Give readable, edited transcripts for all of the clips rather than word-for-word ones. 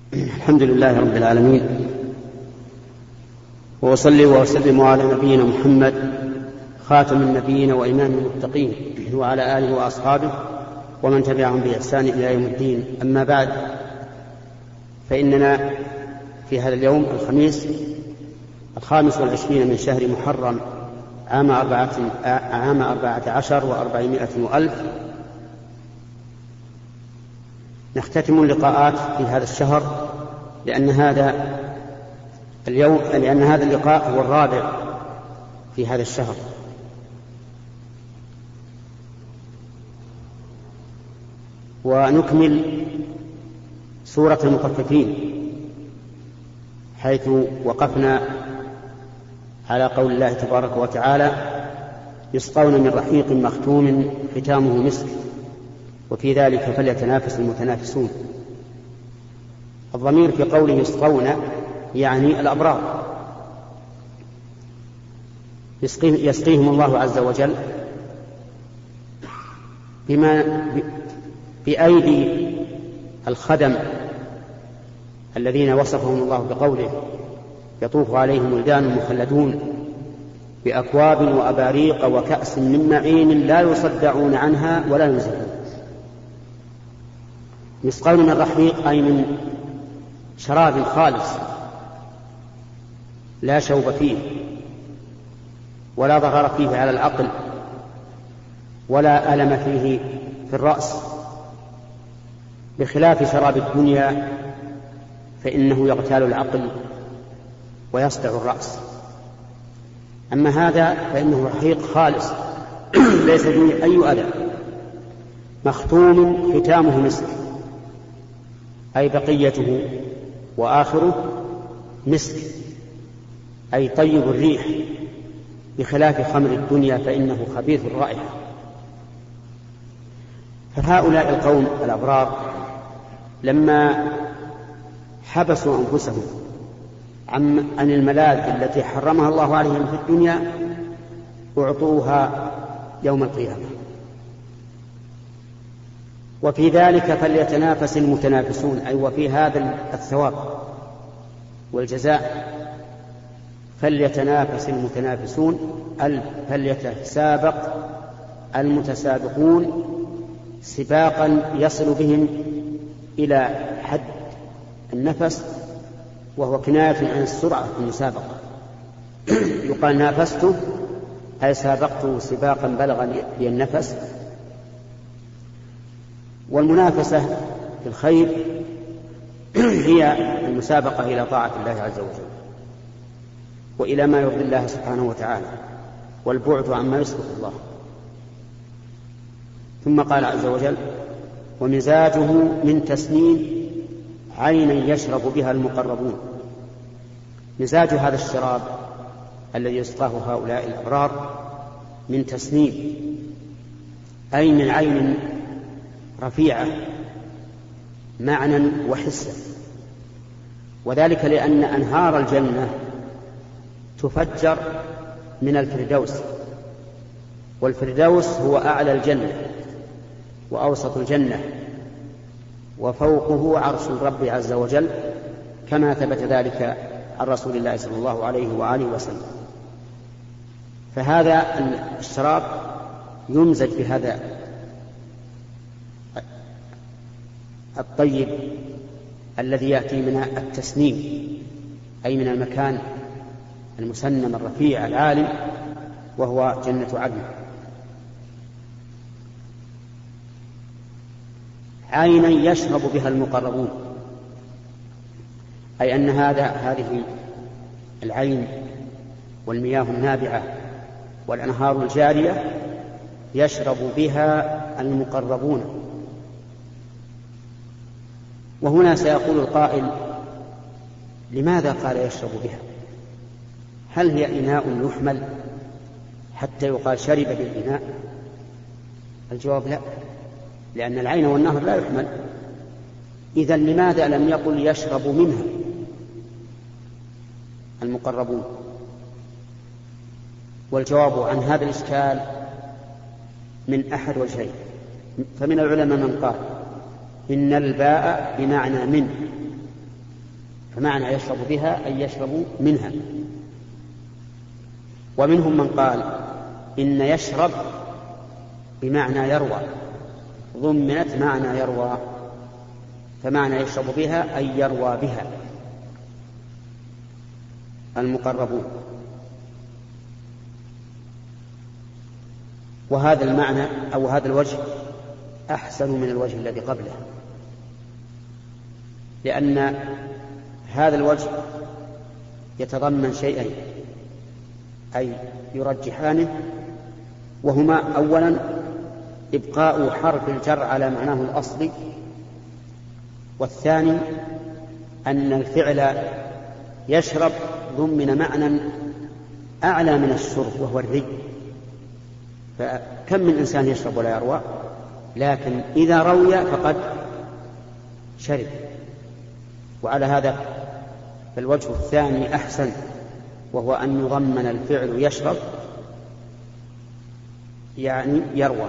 الحمد لله رب العالمين، وأصلي وأسلم على نبينا محمد خاتم النبيين وإمام المتقين، وعلى آله وأصحابه ومن تبعهم بإحسان إلى يوم الدين. أما بعد، فإننا في هذا اليوم الخميس 25 من شهر محرم عام 14 و400 وألف نختتم اللقاءات في هذا الشهر، لأن هذا اللقاء هو الرابع في هذا الشهر. ونكمل سورة المطففين، حيث وقفنا على قول الله تبارك وتعالى: يسقون من رحيق مختوم ختامه مسك وفي ذلك فليتنافس المتنافسون. الضمير في قوله يسقون يعني الأبرار، يسقيهم الله عز وجل بأيدي الخدم الذين وصفهم الله بقوله: يطوف عليهم ولدان مخلدون بأكواب وأباريق وكأس من معين لا يصدعون عنها ولا ينزفون. يسقون من رحيق أي من شراب خالص لا شوب فيه ولا ضرر فيه على العقل ولا ألم فيه في الرأس، بخلاف شراب الدنيا فإنه يغتال العقل ويصدع الرأس. أما هذا فإنه رحيق خالص ليس فيه أي أذى، مختوم ختامه مسك أي بقيته وآخره مسك أي طيب الريح، بخلاف خمر الدنيا فإنه خبيث الرائحة. فهؤلاء القوم الأبرار لما حبسوا أنفسهم عن الملاذ التي حرمها الله عليهم في الدنيا أعطوها يوم القيامة. وفي ذلك فليتنافس المتنافسون، أي وفي هذا الثواب والجزاء فليتنافس المتنافسون، فليتسابق المتسابقون سباقا يصل بهم إلى حد النفس، وهو كناية عن السرعة في المسابقة. يقال نافسته أي سابقته سباقا بلغ بي النفس. والمنافسة في الخير هي المسابقة إلى طاعة الله عز وجل وإلى ما يرضي الله سبحانه وتعالى، والبعد عما يسخط الله. ثم قال عز وجل: ومزاجه من تسنيم عينا يشرب بها المقربون. مزاج هذا الشراب الذي يسقاه هؤلاء الأبرار من تسنيم أي من عين رفيعة معنى وحسا، وذلك لأن أنهار الجنة تفجر من الفردوس، والفردوس هو أعلى الجنة وأوسط الجنة وفوقه عرش الرب عز وجل، كما ثبت ذلك عن رسول الله صلى الله عليه وآله وسلم. فهذا الشراب يمزج بهذا الطيب الذي يأتي من التسنيم أي من المكان المسنم الرفيع العالي، وهو جنة عدن. عينا يشرب بها المقربون، أي أن هذه العين والمياه النابعة والأنهار الجارية يشرب بها المقربون. وهنا سيقول القائل: لماذا قال يشرب بها؟ هل هي إناء يحمل حتى يقال شرب بالإناء؟ الجواب لا، لأن العين والنهر لا يحمل. إذن لماذا لم يقل يشرب منها المقربون؟ والجواب عن هذا الإشكال من أحد وجهين. فمن العلماء من قال إن الباء بمعنى من، فمعنى يشرب بها أي يشرب منها. ومنهم من قال إن يشرب بمعنى يروى، ضمنت معنى يروى، فمعنى يشرب بها أي يروى بها المقربون. وهذا المعنى أو هذا الوجه أحسن من الوجه الذي قبله، لأن هذا الوجه يتضمن شيئين أي يرجحانه، وهما أولا إبقاء حرف الجر على معناه الأصلي، والثاني أن الفعل يشرب ضمن معنى أعلى من الشرب وهو الري. فكم من إنسان يشرب ولا يروى، لكن إذا روي فقد شرب. وعلى هذا فالوجه الثاني أحسن، وهو أن يضمن الفعل يشرب يعني يروى.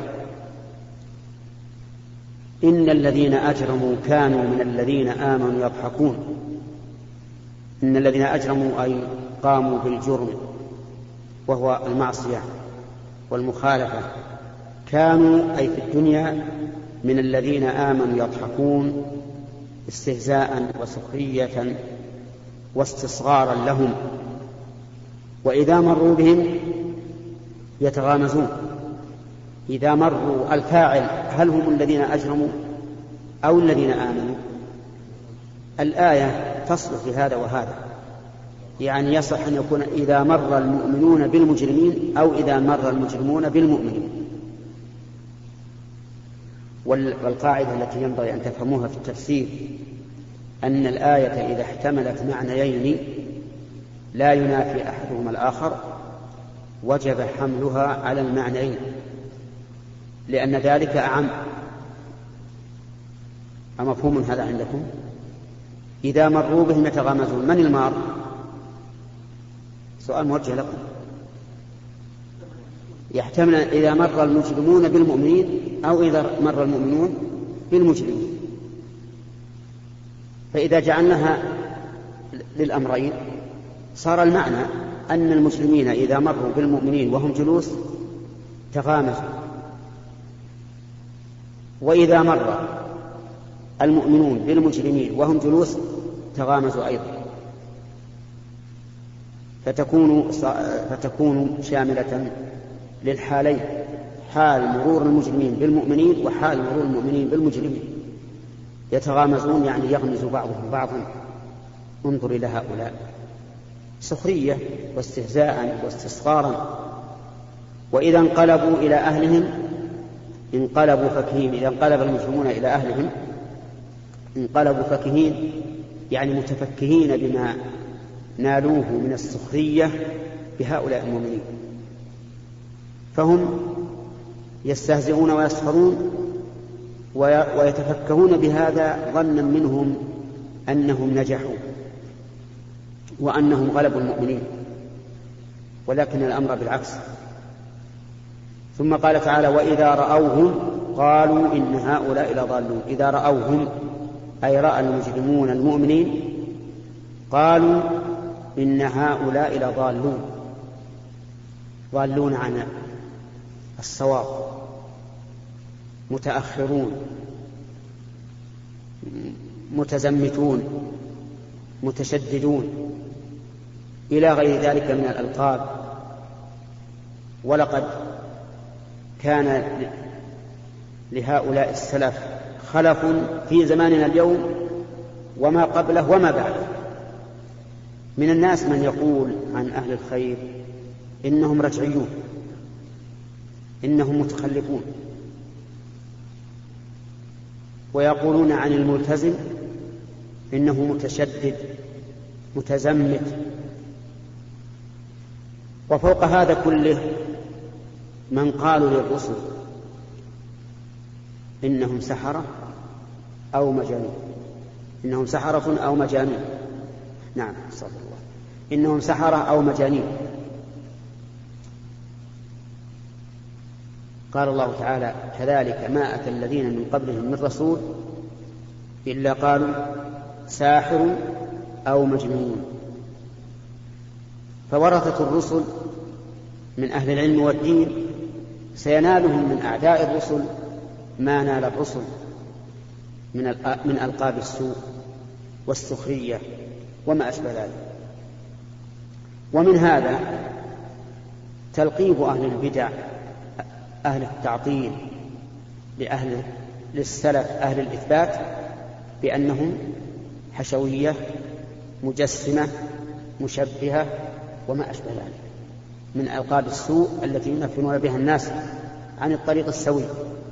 إن الذين أجرموا كانوا من الذين آمنوا يضحكون. إن الذين أجرموا أي قاموا بالجرم وهو المعصية والمخالفة، كانوا أي في الدنيا من الذين آمنوا يضحكون استهزاء وسخرية واستصغارا لهم، وإذا مروا بهم يتغامزون. إذا مروا الفاعل هل هم الذين أجرموا أو الذين آمنوا؟ الآية تصلح في هذا وهذا، يعني يصح أن يكون إذا مر المؤمنون بالمجرمين أو إذا مر المجرمون بالمؤمنين. والقاعدة التي ينبغي أن تفهموها في التفسير أن الآية إذا احتملت معنيين لا ينافي أحدهما الآخر وجب حملها على المعنيين، لأن ذلك أعم. أمفهوم هذا عندكم؟ إذا مروا بهم يتغامزون، من المار؟ سؤال موجه لكم. يحتمل إذا مر المجرمون بالمؤمنين أو إذا مر المؤمنون بالمجرمين. فإذا جعلناها للأمرين صار المعنى أن المسلمين إذا مروا بالمؤمنين وهم جلوس تغامزوا، وإذا مر المؤمنون بالمجرمين وهم جلوس تغامزوا أيضا، فتكون شاملة للحالين، حال مرور المجرمين بالمؤمنين وحال مرور المؤمنين بالمجرمين. يتغامزون يعني يغمز بعضهم بعضا. انظر إلى هؤلاء، سخرية واستهزاء واستصغارا. وإذا انقلبوا إلى أهلهم انقلبوا فكهين. إذا انقلب المجرمون إلى أهلهم انقلبوا فكهين، يعني متفكهين بما نالوه من السخرية بهؤلاء المؤمنين، فهم يستهزئون ويسخرون ويتفكهون بهذا ظنا منهم أنهم نجحوا وأنهم غلبوا المؤمنين، ولكن الأمر بالعكس. ثم قال تعالى: وإذا رأوهم قالوا إن هؤلاء لضالون. إذا رأوهم أي رأى المجرمون المؤمنين قالوا إن هؤلاء لضالون، ضالون عن الصواب، متأخرون، متزمتون، متشددون، إلى غير ذلك من الألقاب. ولقد كان لهؤلاء السلف خلف في زماننا اليوم وما قبله وما بعده. من الناس من يقول عن أهل الخير إنهم رجعيون، إنهم متخلفون، ويقولون عن الملتزم إنه متشدد متزمت. وفوق هذا كله من قالوا للرسل إنهم سحرة أو مجانين، إنهم سحرة أو مجانين. نعم، صلى الله، إنهم سحرة أو مجانين. قال الله تعالى: كذلك ما أتى الذين من قبلهم من رسول إلا قالوا ساحر أو مجنون. فورثة الرسل من أهل العلم والدين سينالهم من أعداء الرسل ما نال الرسل من ألقاب السوء والسخرية وما أشبه ذلك. ومن هذا تلقيب أهل البدع أهل التعطيل للسلف أهل الإثبات بأنهم حشوية مجسمة مشبهة وما أشبه ذلك من ألقاب السوء التي ينفرون بها الناس عن الطريق السوي.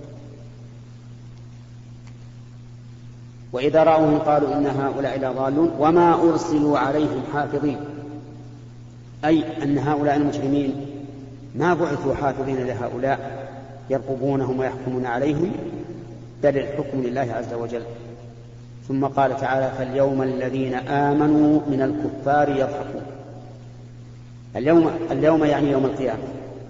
وإذا رأوهم قالوا إن هؤلاء لضالون وما أرسلوا عليهم حافظين، أي أن هؤلاء المجرمين ما بعثوا حافظين لهؤلاء يرقبونهم ويحكمون عليهم، بل الحكم لله عز وجل. ثم قال تعالى: فاليوم الذين آمنوا من الكفار يضحكون. اليوم يعني يوم القيامة.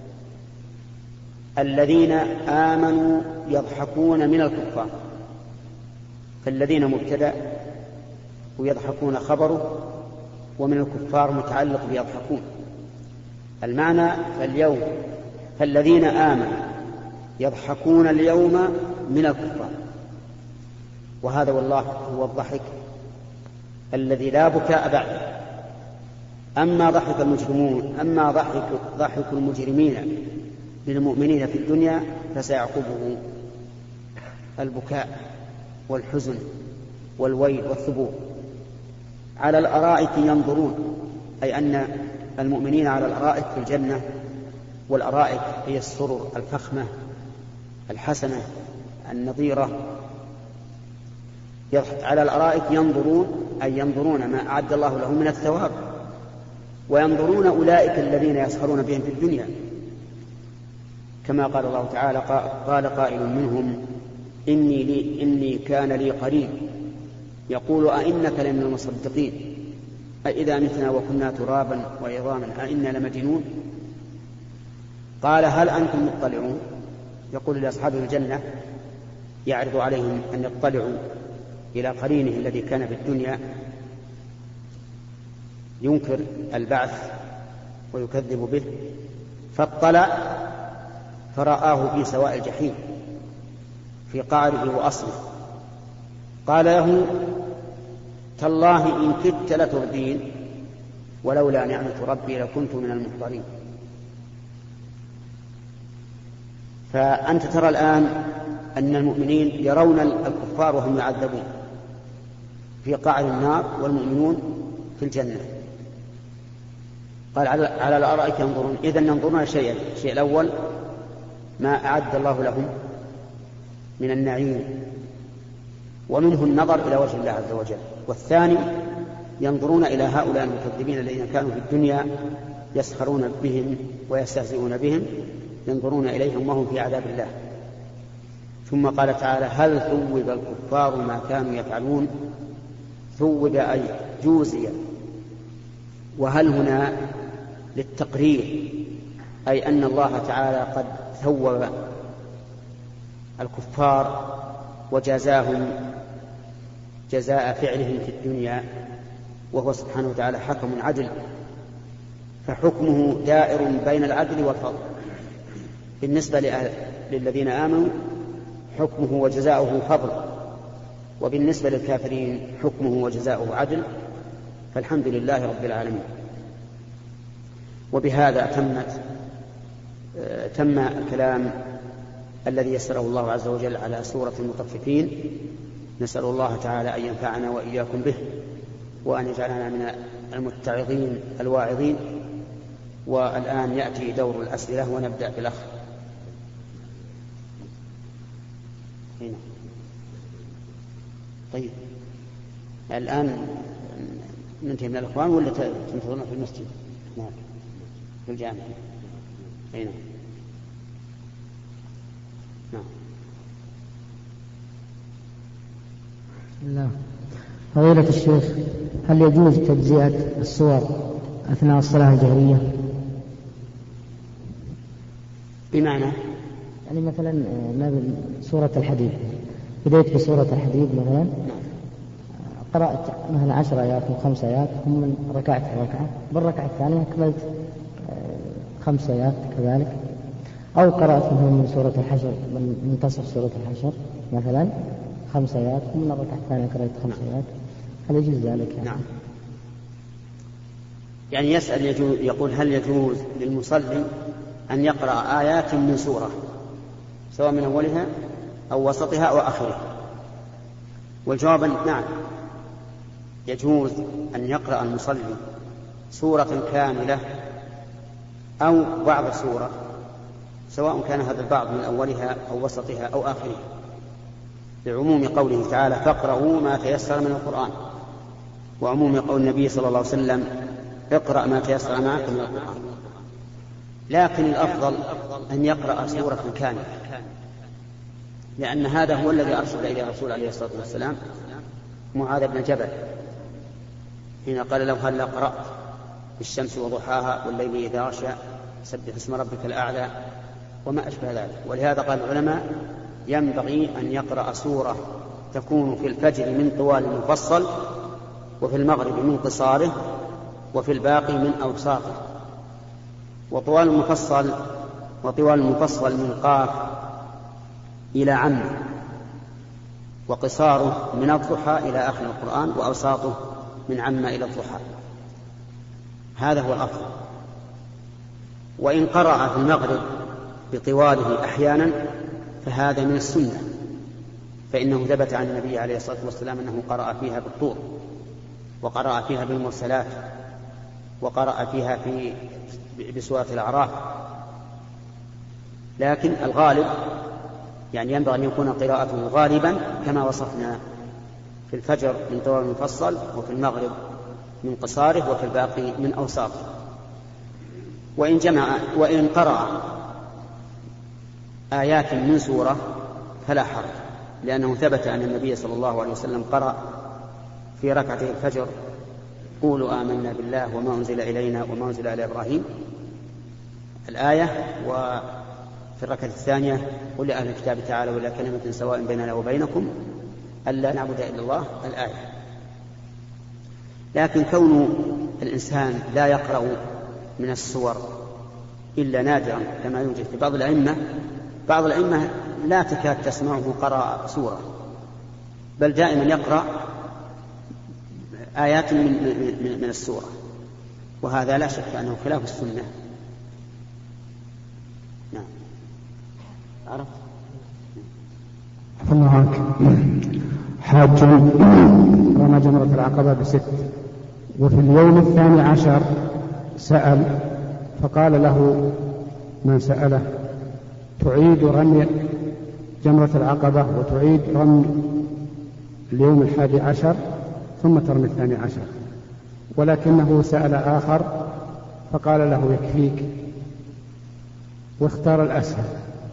الذين آمنوا يضحكون من الكفار، فالذين مبتدأ ويضحكون خبره، ومن الكفار متعلق بيضحكون. المعنى فالذين آمنوا يضحكون اليوم من الكفار، وهذا والله هو الضحك الذي لا بكاء بعده. أما ضحك المجرمين للمؤمنين في الدنيا فسيعقبه البكاء والحزن والويل والثبور. على الأرائك ينظرون، أي أن المؤمنين على الأرائك في الجنة، والأرائك هي السرر الفخمة الحسنة النظيرة. على الأرائك ينظرون، أي ينظرون ما أعد الله لهم من الثواب، وينظرون أولئك الذين يسخرون بهم في الدنيا، كما قال الله تعالى: قال قائل منهم إني كان لي قرين يقول أئنك لمن المصدقين أئذا متنا وكنا ترابا وعظاما أئنا لمدينون. قال: هل أنتم مطلعون؟ يقول لأصحاب الجنة، يعرض عليهم أن يطلعوا إلى قرينه الذي كان في الدنيا ينكر البعث ويكذب به، فاطلع فرآه في سواء الجحيم في قعره وأصله. قال له: تالله إن كدت لتردين ولولا نعمة ربي لكنت من المحضرين. فأنت ترى الآن أن المؤمنين يرون الكفار وهم يعذبون في قعر النار، والمؤمنون في الجنة. قال: على الأرائك ينظرون. إذن ينظرون شيئين: الشيء الأول ما أعد الله لهم من النعيم، ومنه النظر إلى وجه الله عز وجل. والثاني ينظرون إلى هؤلاء المكذبين الذين كانوا في الدنيا يسخرون بهم ويستهزئون بهم، ينظرون إليهم وهم في عذاب الله. ثم قال تعالى: هل ثوب الكفار ما كانوا يفعلون؟ ثوب أي جوزي، وهل هنا للتقرير، أي أن الله تعالى قد ثوب الكفار وجازاهم جزاء فعلهم في الدنيا، وهو سبحانه وتعالى حكم عدل، فحكمه دائر بين العدل والفضل. بالنسبة للذين آمنوا حكمه وجزاؤه فضل، وبالنسبة للكافرين حكمه وجزاؤه عدل. فالحمد لله رب العالمين. وبهذا تم الكلام الذي يسره الله عز وجل على سورة المطففين. نسأل الله تعالى أن ينفعنا وإياكم به، وأن يجعلنا من المتعظين الواعظين. والآن يأتي دور الأسئلة، ونبدأ بالأخ. هنا. طيب، الآن ننتهي من الأخوان ولا تنتظرون في المسجد؟ نعم، في الجامعة. هنا. نعم. بسم الله. فضيلة الشيخ، هل يجوز تجزئة الصور أثناء الصلاة الجهرية؟ بمعنى؟ يعني مثلا سورة الحديد، بديت بسورة الحديد مثلا، قرأت مثلا 10 آيات و5 آيات ثم ركعت ركعة، بالركعة الثانية أكملت 5 آيات كذلك، أو قرأت مثلا من سورة الحشر من منتصف سورة الحشر مثلا 5 آيات ثم من الركعة الثانية قرأت 5 آيات، هل يجوز ذلك؟ نعم. يعني يسأل يقول هل يجوز للمصلي أن يقرأ آيات من سورة سواء من أولها أو وسطها أو آخرها؟ والجواب نعم، يجوز أن يقرأ المصلي سورة كاملة أو بعض سورة، سواء كان هذا البعض من أولها أو وسطها أو آخرها، لعموم قوله تعالى فاقرؤوا ما تيسر من القرآن، وعموم قول النبي صلى الله عليه وسلم اقرأ ما تيسر معك من القرآن. لكن الأفضل أن يقرأ سورة كاملة، لأن هذا هو الذي أرشد إليه الرسول عليه الصلاة والسلام معاذ بن جبل حين قال له هل قرأت بالشمس وضحاها والليل إذا غشى سبح اسم ربك الأعلى وما أشبه ذلك. ولهذا قال العلماء ينبغي أن يقرأ سورة تكون في الفجر من طوال المفصل، وفي المغرب من قصاره، وفي الباقي من أوساطه. وطوال المفصل من قاف إلى عم، وقصاره من الضحى إلى آخر القرآن، وأوساطه من عم إلى الضحى. هذا هو الأفضل. وإن قرأ في المغرب بطواله أحيانا فهذا من السنة، فإنه ثبت عن النبي عليه الصلاة والسلام أنه قرأ فيها بالطور، وقرأ فيها بالمرسلات، وقرأ فيها بسورة الأعراف. لكن الغالب يعني ينبغي أن يكون قراءته غالبا كما وصفنا في الفجر من طوال المفصل، وفي المغرب من قصاره، وفي الباقي من أوساطه. وإن قرأ آيات من سورة فلا حرج، لأنه ثبت أن النبي صلى الله عليه وسلم قرأ في ركعتي الفجر قولوا آمنا بالله وما أنزل إلينا وما أنزل إلى إبراهيم الآية، وفي الركعة الثانية قل لأهل الكتاب تعالوا إلى كلمة سواء بيننا وبينكم ألا نعبد إلا الله الآية. لكن كون الإنسان لا يقرأ من السور إلا نادرا كما يوجد في بعض الأئمة لا تكاد تسمعه قرأ سورة، بل دائما يقرأ آيات من السورة، وهذا لا شك أنه خلاف السنة. نعم. عرفت؟ الله عنك. حاج رمى جمرة العقبة ب6، وفي اليوم 12 سأل، فقال له من سأله تعيد رمي جمرة العقبة وتعيد رمي اليوم 11 ثم ترمي 12، ولكنه سأل آخر فقال له يكفيك، واختار الأسهل.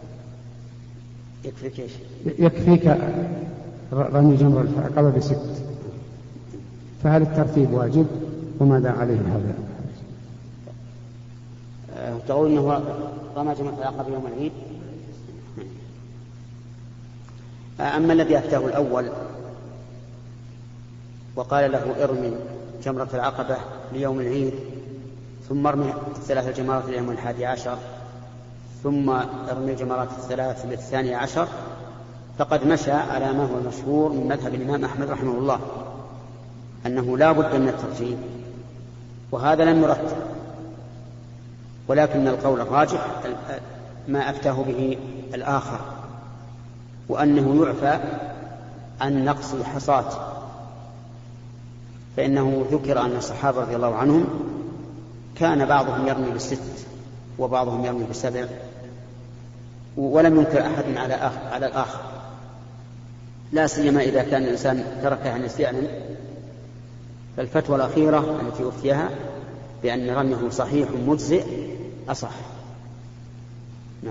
يكفيك رمي جمرة العقبة ب6، فهل الترتيب واجب وماذا عليه هذا؟ تقول أنه رمى جمرة العقبة يوم العيد. أما الذي أفتاه الأول وقال له ارمي جمرة العقبة ليوم العيد ثم ارمي 3 جمرات ليوم 11 ثم ارمي جمرات 3 لل12، فقد مشى على ما هو المشهور من مذهب الإمام أحمد رحمه الله أنه لا بد من الترتيب، وهذا لم يرتب. ولكن القول الراجح ما أفتاه به الآخر، وأنه يعفى عن نقص الحصاة، فإنه ذكر أن الصحابة رضي الله عنهم كان بعضهم يرمي ب6 وبعضهم يرمي ب7، ولم ينكر أحد على الآخر، لا سيما إذا كان الإنسان تركها نسيانا. فالفتوى الأخيرة التي أفتيها بأن رميه صحيح مجزئ أصح. نعم.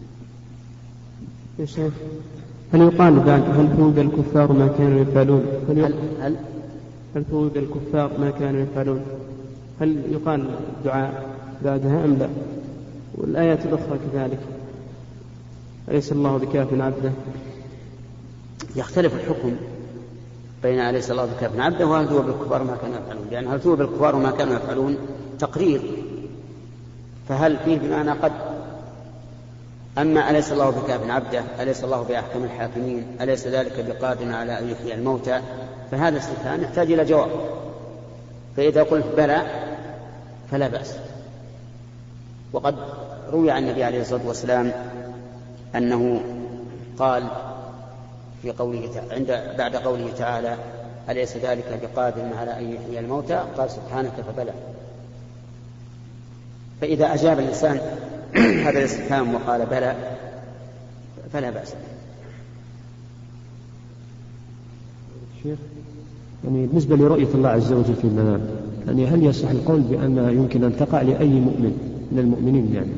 يا شيخ، هل يقال بعد هل فوق الكفار ما كانوا يفعلون؟ هل فوق الكفار ما كانوا يفعلون؟ هل يقال دعاء بعدها أم لا؟ والآيات الأخرى كذلك، أليس الله بكاف عبده؟ يختلف الحكم بين أليس الله بكاف عبده وهل هو بالكفار ما كانوا يفعلون، لأن هل هو بالكفار ما كانوا يفعلون تقرير، فهل فيه بمعنى قد. أما أليس الله بكاف عبده، أليس الله بأحكم الحاكمين، أليس ذلك بقادر على أن يحيي الموتى، فهذا استفهام يحتاج إلى جواب. فإذا قلت بلى فلا بأس. وقد روي عن النبي عليه الصلاة والسلام أنه قال في قوله بعد قوله تعالى أليس ذلك بقادر على أن يحيي الموتى، قال سبحانك فبلى. فإذا أجاب الإنسان هذا الاستفهام وقال بلى فلا بأس. شيخ، يعني بالنسبة لرؤية الله عز وجل في المنام، يعني هل يصح القول بأنها يمكن أن تقع لأي مؤمن من المؤمنين؟ يعني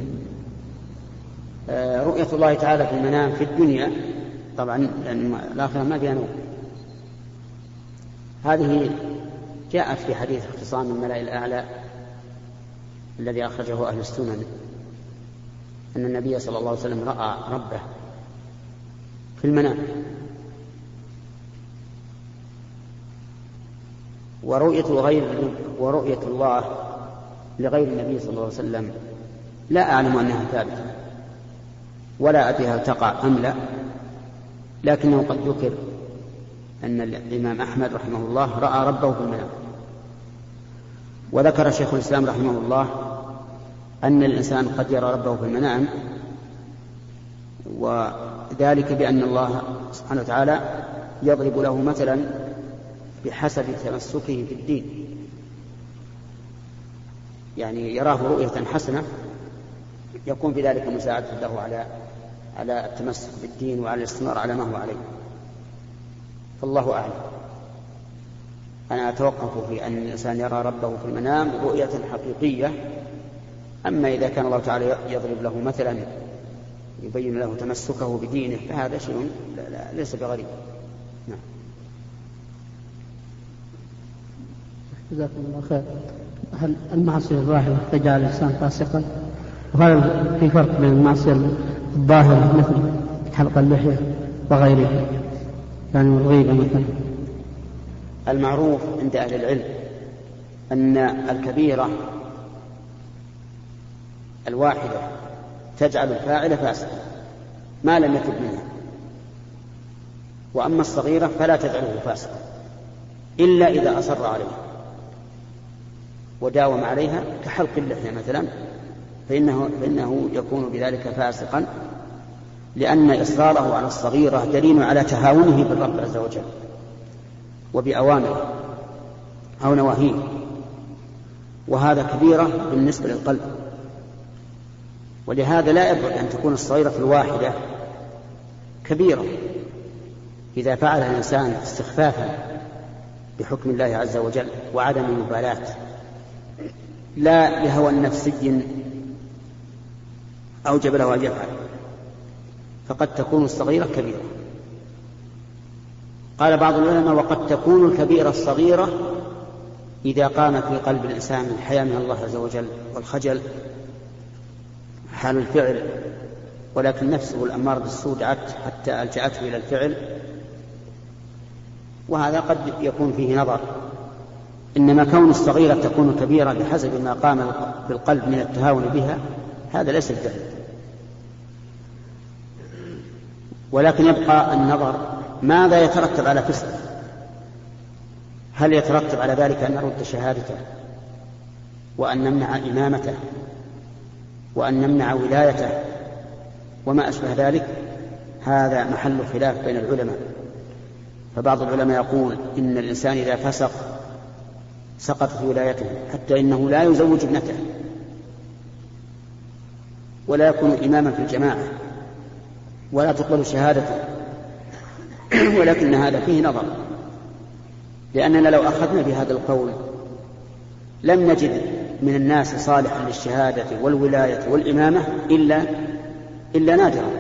رؤية الله تعالى في المنام في الدنيا طبعا، لأن الآخرة ما فيها نوم. هذه جاءت في حديث اختصام الملأ الأعلى الذي أخرجه أهل السنن، أن النبي صلى الله عليه وسلم رأى ربه في المنام. ورؤية الله لغير النبي صلى الله عليه وسلم لا أعلم أنها ثابتة، ولا أدري هل تقع أم لا، لكنه قد ذكر أن الإمام أحمد رحمه الله رأى ربه في المنام. وذكر شيخ الإسلام رحمه الله أن الإنسان قد يرى ربه في المنام، وذلك بأن الله سبحانه وتعالى يضرب له مثلا بحسب تمسكه في الدين، يعني يراه رؤية حسنة يكون بذلك مساعدة له على التمسك بالدين وعلى الاستمرار على ما هو عليه. فالله أعلم. أنا أتوقف في أن الإنسان يرى ربه في المنام رؤية حقيقية. أما إذا كان الله تعالى يضرب له مثلا يبين له تمسكه بدينه فهذا شيء ليس بغريب. نعم. جزاكم الله خير. هل المعصية الواحدة تجعل الإنسان فاسقا؟ وهل في فرق بين المعصية الظاهرة مثل حلق اللحية وغيرها، يعني الغيبة مثلا؟ المعروف عند أهل العلم أن الكبيرة الواحدة تجعل الفاعل فاسقا ما لم يتب منها، وأما الصغيرة فلا تجعله فاسقا إلا إذا أصر عليها وداوم عليها كحلق اللحية مثلا، فإنه يكون بذلك فاسقا، لأن إصراره على الصغيرة دليل على تهاونه بالرب عز وجل وبأوامره أو نواهيه، وهذا كبيرة بالنسبة للقلب. ولهذا لا يبعد أن تكون الصغيرة الواحدة كبيرة إذا فعل الإنسان استخفافا بحكم الله عز وجل وعدم المبالاة، لا لهوى نفسي أوجب له أن يفعل، فقد تكون الصغيرة كبيرة. قال بعض العلماء وقد تكون الكبيرة الصغيرة إذا قام في قلب الإنسان الحياء من الله عز وجل والخجل حال الفعل، ولكن نفسه الأمارة بالسوء دعته حتى ألجأته إلى الفعل، وهذا قد يكون فيه نظر. إنما كون الصغيرة تكون كبيرة بحسب ما قام بالقلب من التهاون بها هذا ليس الدليل. ولكن يبقى النظر ماذا يترتب على فسقه. هل يترتب على ذلك أن نرد شهادته وأن نمنع إمامته وأن نمنع ولايته وما أشبه ذلك؟ هذا محل خلاف بين العلماء. فبعض العلماء يقول إن الإنسان إذا فسق سقطت ولايته، حتى إنه لا يزوج ابنته ولا يكون إماما في الجماعة ولا تقبل شهادته. ولكن هذا فيه نظر، لأننا لو أخذنا بهذا القول لم نجد من الناس صالحا للشهادة والولاية والإمامة إلا نادرا.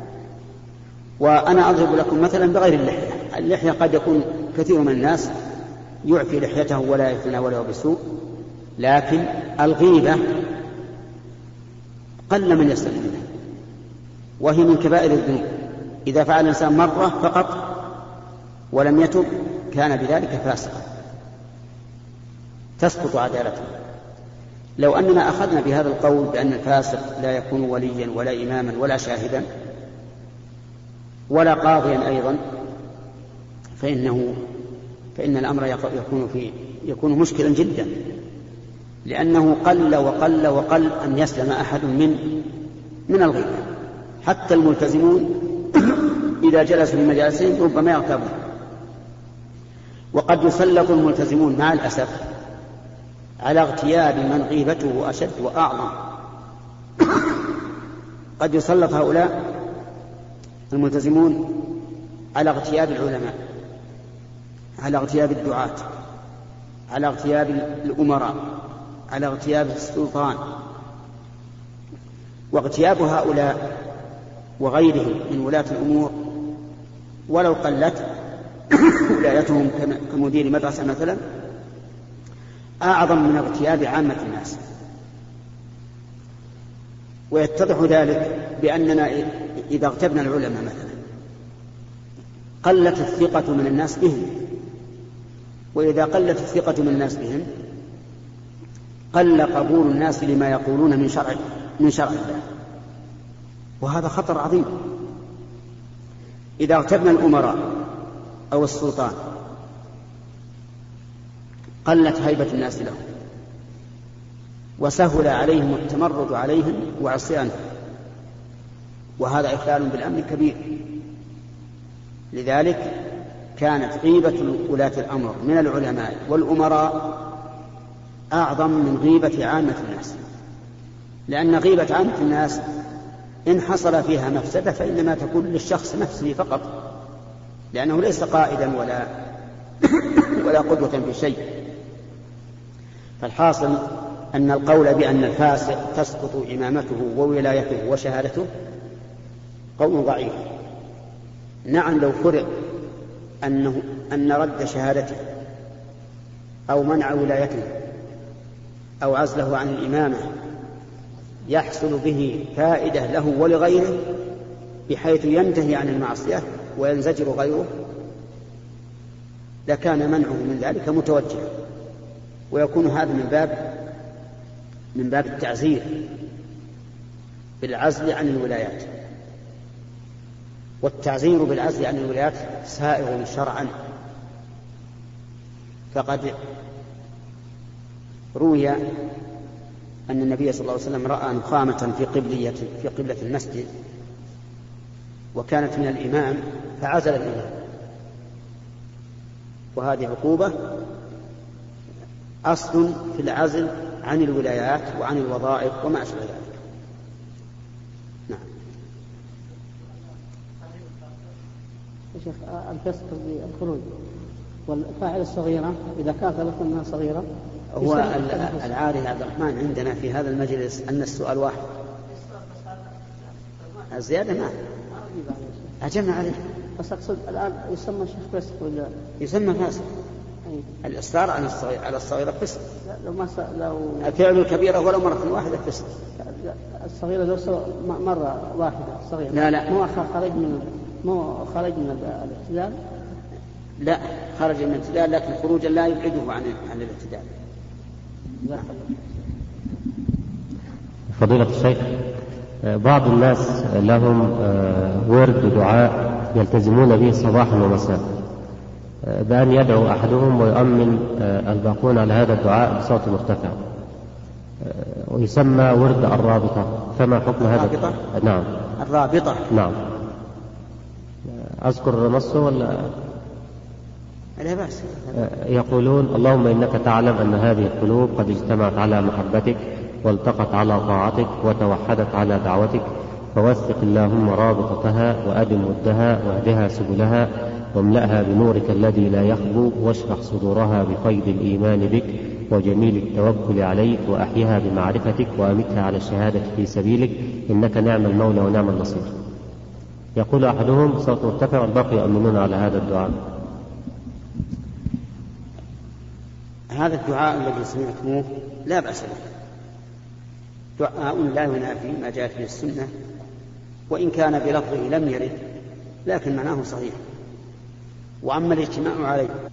وأنا أضرب لكم مثلا بغير اللحية. اللحية قد يكون كثير من الناس يعفي لحيته ولا يتناوله بسوء، لكن الغيبة قل من يستطيع منها، وهي من كبائر الذنوب. إذا فعل الإنسان مرة فقط ولم يتب كان بذلك فاسقا تسقط عدالته. لو أننا أخذنا بهذا القول بأن الفاسق لا يكون وليا ولا إماما ولا شاهدا ولا قاضيا أيضا فإن الأمر يكون مشكلا جدا، لأنه قل وقل وقل أن يسلم أحد من الغيبة. حتى الملتزمون إذا جلسوا في مجالسهم ربما يغتابون. وقد يسلط الملتزمون مع الأسف على اغتياب من غيبته أشد وأعظم. قد يسلط هؤلاء الملتزمون على اغتياب العلماء، على اغتياب الدعاة، على اغتياب الأمراء، على اغتياب السلطان. واغتياب هؤلاء وغيرهم من ولاة الأمور ولو قلت ولايتهم كمدير مدرسة مثلا أعظم من اغتياب عامة الناس. ويتضح ذلك بأننا إذا اغتبنا العلماء مثلا قلت الثقة من الناس بهم، وإذا قلت الثقة من الناس بهم قل قبول الناس لما يقولون من شرع الله، وهذا خطر عظيم. إذا اغتبنا الأمراء أو السلطان قلت هيبة الناس لهم وسهل عليهم التمرد عليهم وعصيانهم، وهذا إخلال بالأمن كبير. لذلك كانت غيبة ولاة الأمر من العلماء والأمراء أعظم من غيبة عامة الناس، لأن غيبة عامة الناس إن حصل فيها مفسدة فإنما تكون للشخص نفسه فقط، لأنه ليس قائدا ولا قدوة في شيء. فالحاصل أن القول بأن الفاسق تسقط إمامته وولايته وشهادته قول ضعيف. نعم لو فرض أن رد شهادته أو منع ولايته أو عزله عن الإمامة يحصل به فائدة له ولغيره بحيث ينتهي عن المعصية وينزجر غيره لكان منعه من ذلك متوجها، ويكون هذا من باب التعزير بالعزل عن الولايات. والتعزير بالعزل عن الولايات سائغ شرعا، فقد روي أن النبي صلى الله عليه وسلم رأى نخامة في قبلة المسجد وكانت من الإمام فعزل الإمام، وهذه عقوبة أصل في العزل عن الولايات وعن الوظائف وما أشبه ذلك. نعم. شيخ الفسق بالخروج والفاعل الصغيرة إذا كانت لكم صغيرة هو العاري عبد الرحمن عندنا في هذا المجلس أن السؤال واحد، الزيادة ما أجمع عليه. بس أقصد الآن يسمى الشيخ فسق ولا يسمى فاسق؟ الإصرار على الصغيرة فسق. لو فعل الكبيرة ولو مرة واحدة فسق. الصغيرة لو مرة واحدة صغيرة لا مو خرج من الاعتدال. لا خرج من الاعتدال لكن خروجا لا يبعده عن الاعتدال. فضيلة الشيخ، بعض الناس لهم ورد دعاء يلتزمون به صباحا ومساء بأن يدعو أحدهم ويؤمن الباقون على هذا الدعاء بصوت مرتفع ويسمى ورد الرابطة، فما حكم هذا؟ الرابطة؟ نعم الرابطة. نعم. أذكر نصه ولا؟ لا بأس. يقولون: اللهم إنك تعلم أن هذه القلوب قد اجتمعت على محبتك والتقت على طاعتك وتوحدت على دعوتك، فوثق اللهم رابطتها وأدم ودها واهدها سبلها واملأها بنورك الذي لا يخبو، واشرح صدورها بقيد الإيمان بك وجميل التوكل عليك، وأحيها بمعرفتك وأمتها على الشهادة في سبيلك، إنك نعم المولى ونعم النصير. يقول أحدهم صوت مرتفع والباقي يؤمنون على هذا الدعاء. هذا الدعاء الذي سمعتموه لا بأس به، دعاء لا ينافي ما جاءت به السنة، وإن كان بلفظه لم يرد لكن معناه صحيح، وأما الاجتماع عليه